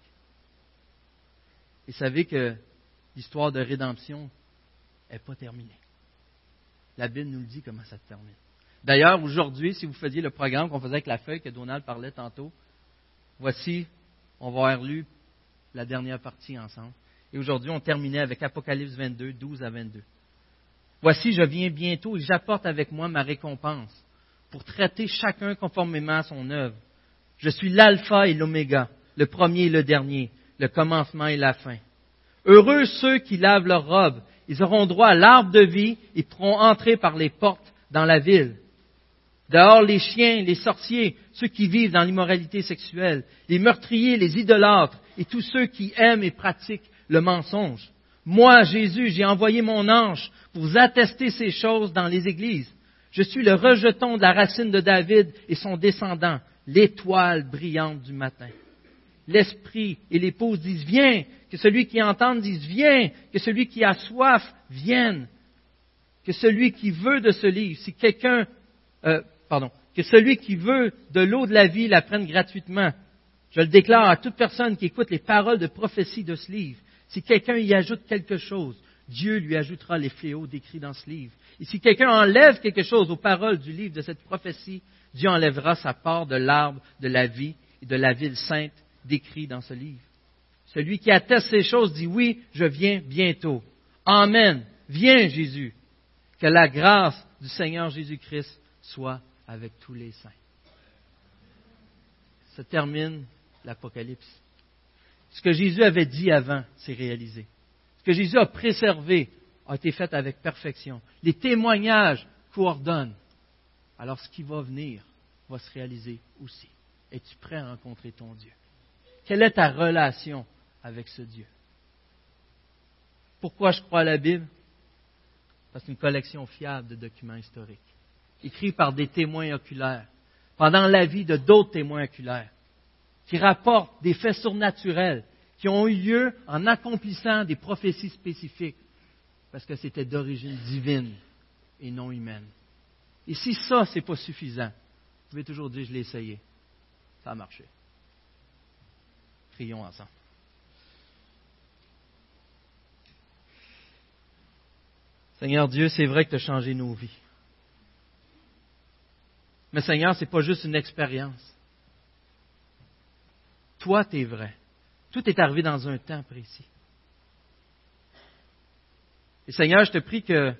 Et savez que l'histoire de rédemption n'est pas terminée. La Bible nous le dit comment ça se termine. D'ailleurs, aujourd'hui, si vous faisiez le programme qu'on faisait avec la feuille que Donald parlait tantôt, voici, on va avoir lu la dernière partie ensemble. Et aujourd'hui, on terminait avec Apocalypse 22, 12 à 22. Voici, je viens bientôt et j'apporte avec moi ma récompense pour traiter chacun conformément à son œuvre. Je suis l'alpha et l'oméga, le premier et le dernier, le commencement et la fin. Heureux ceux qui lavent leurs robes, ils auront droit à l'arbre de vie et pourront entrer par les portes dans la ville. Dehors, les chiens, les sorciers, ceux qui vivent dans l'immoralité sexuelle, les meurtriers, les idolâtres et tous ceux qui aiment et pratiquent le mensonge. Moi, Jésus, j'ai envoyé mon ange pour vous attester ces choses dans les églises. Je suis le rejeton de la racine de David et son descendant, l'étoile brillante du matin. L'esprit et l'épouse disent, viens, que celui qui entend dise, viens, que celui qui a soif vienne, que celui qui veut de ce livre, que celui qui veut de l'eau de la vie la prenne gratuitement. Je le déclare à toute personne qui écoute les paroles de prophétie de ce livre. Si quelqu'un y ajoute quelque chose, Dieu lui ajoutera les fléaux décrits dans ce livre. Et si quelqu'un enlève quelque chose aux paroles du livre de cette prophétie, Dieu enlèvera sa part de l'arbre de la vie et de la ville sainte décrit dans ce livre. Celui qui atteste ces choses dit oui, je viens bientôt. Amen. Viens Jésus. Que la grâce du Seigneur Jésus-Christ soit avec tous les saints. Se termine l'Apocalypse. Ce que Jésus avait dit avant s'est réalisé. Ce que Jésus a préservé a été fait avec perfection. Les témoignages coordonnent. Alors ce qui va venir va se réaliser aussi. Es-tu prêt à rencontrer ton Dieu? Quelle est ta relation avec ce Dieu? Pourquoi je crois à la Bible? Parce que c'est une collection fiable de documents historiques, écrits par des témoins oculaires, pendant la vie de d'autres témoins oculaires, qui rapportent des faits surnaturels qui ont eu lieu en accomplissant des prophéties spécifiques, parce que c'était d'origine divine et non humaine. Et si ça, ce n'est pas suffisant, vous pouvez toujours dire, je l'ai essayé, ça a marché. Prions ensemble. Seigneur Dieu, c'est vrai que tu as changé nos vies. Mais Seigneur, ce n'est pas juste une expérience. Toi, tu es vrai. Tout est arrivé dans un temps précis. Et Seigneur, je te prie que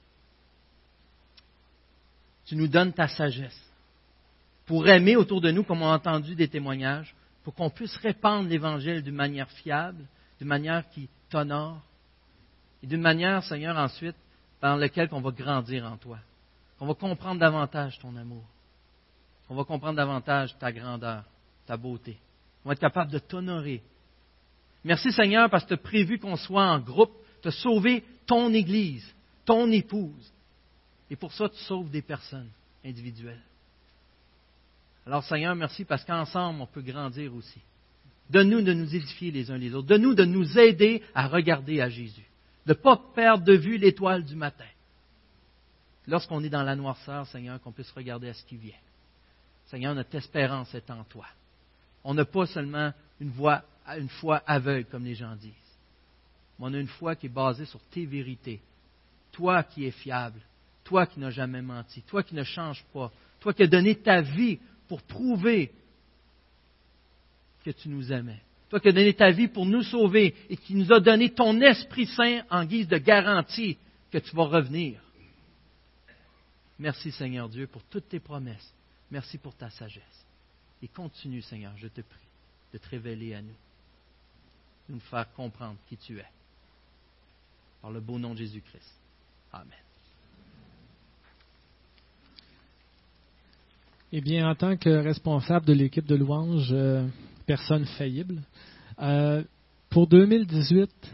tu nous donnes ta sagesse pour aimer autour de nous, comme on a entendu des témoignages, pour qu'on puisse répandre l'Évangile d'une manière fiable, d'une manière qui t'honore, et d'une manière, Seigneur, ensuite, dans laquelle on va grandir en toi, qu'on va comprendre davantage ton amour, qu'on va comprendre davantage ta grandeur, ta beauté, qu'on va être capable de t'honorer. Merci Seigneur parce que tu as prévu qu'on soit en groupe, tu as sauvé ton Église, ton épouse, et pour ça tu sauves des personnes individuelles. Alors Seigneur, merci parce qu'ensemble on peut grandir aussi. Donne-nous de nous édifier les uns les autres, donne-nous de nous aider à regarder à Jésus. De ne pas perdre de vue l'étoile du matin. Lorsqu'on est dans la noirceur, Seigneur, qu'on puisse regarder à ce qui vient. Seigneur, notre espérance est en toi. On n'a pas seulement une foi aveugle, comme les gens disent. Mais on a une foi qui est basée sur tes vérités, toi qui es fiable, toi qui n'as jamais menti, toi qui ne changes pas, toi qui as donné ta vie pour prouver que tu nous aimais, toi qui as donné ta vie pour nous sauver et qui nous a donné ton Esprit Saint en guise de garantie que tu vas revenir. Merci Seigneur Dieu pour toutes tes promesses. Merci pour ta sagesse. Et continue Seigneur, je te prie, de te révéler à nous, de nous faire comprendre qui tu es. Par le beau nom de Jésus-Christ. Amen. Eh bien, en tant que responsable de l'équipe de louange, personne faillible, pour 2018,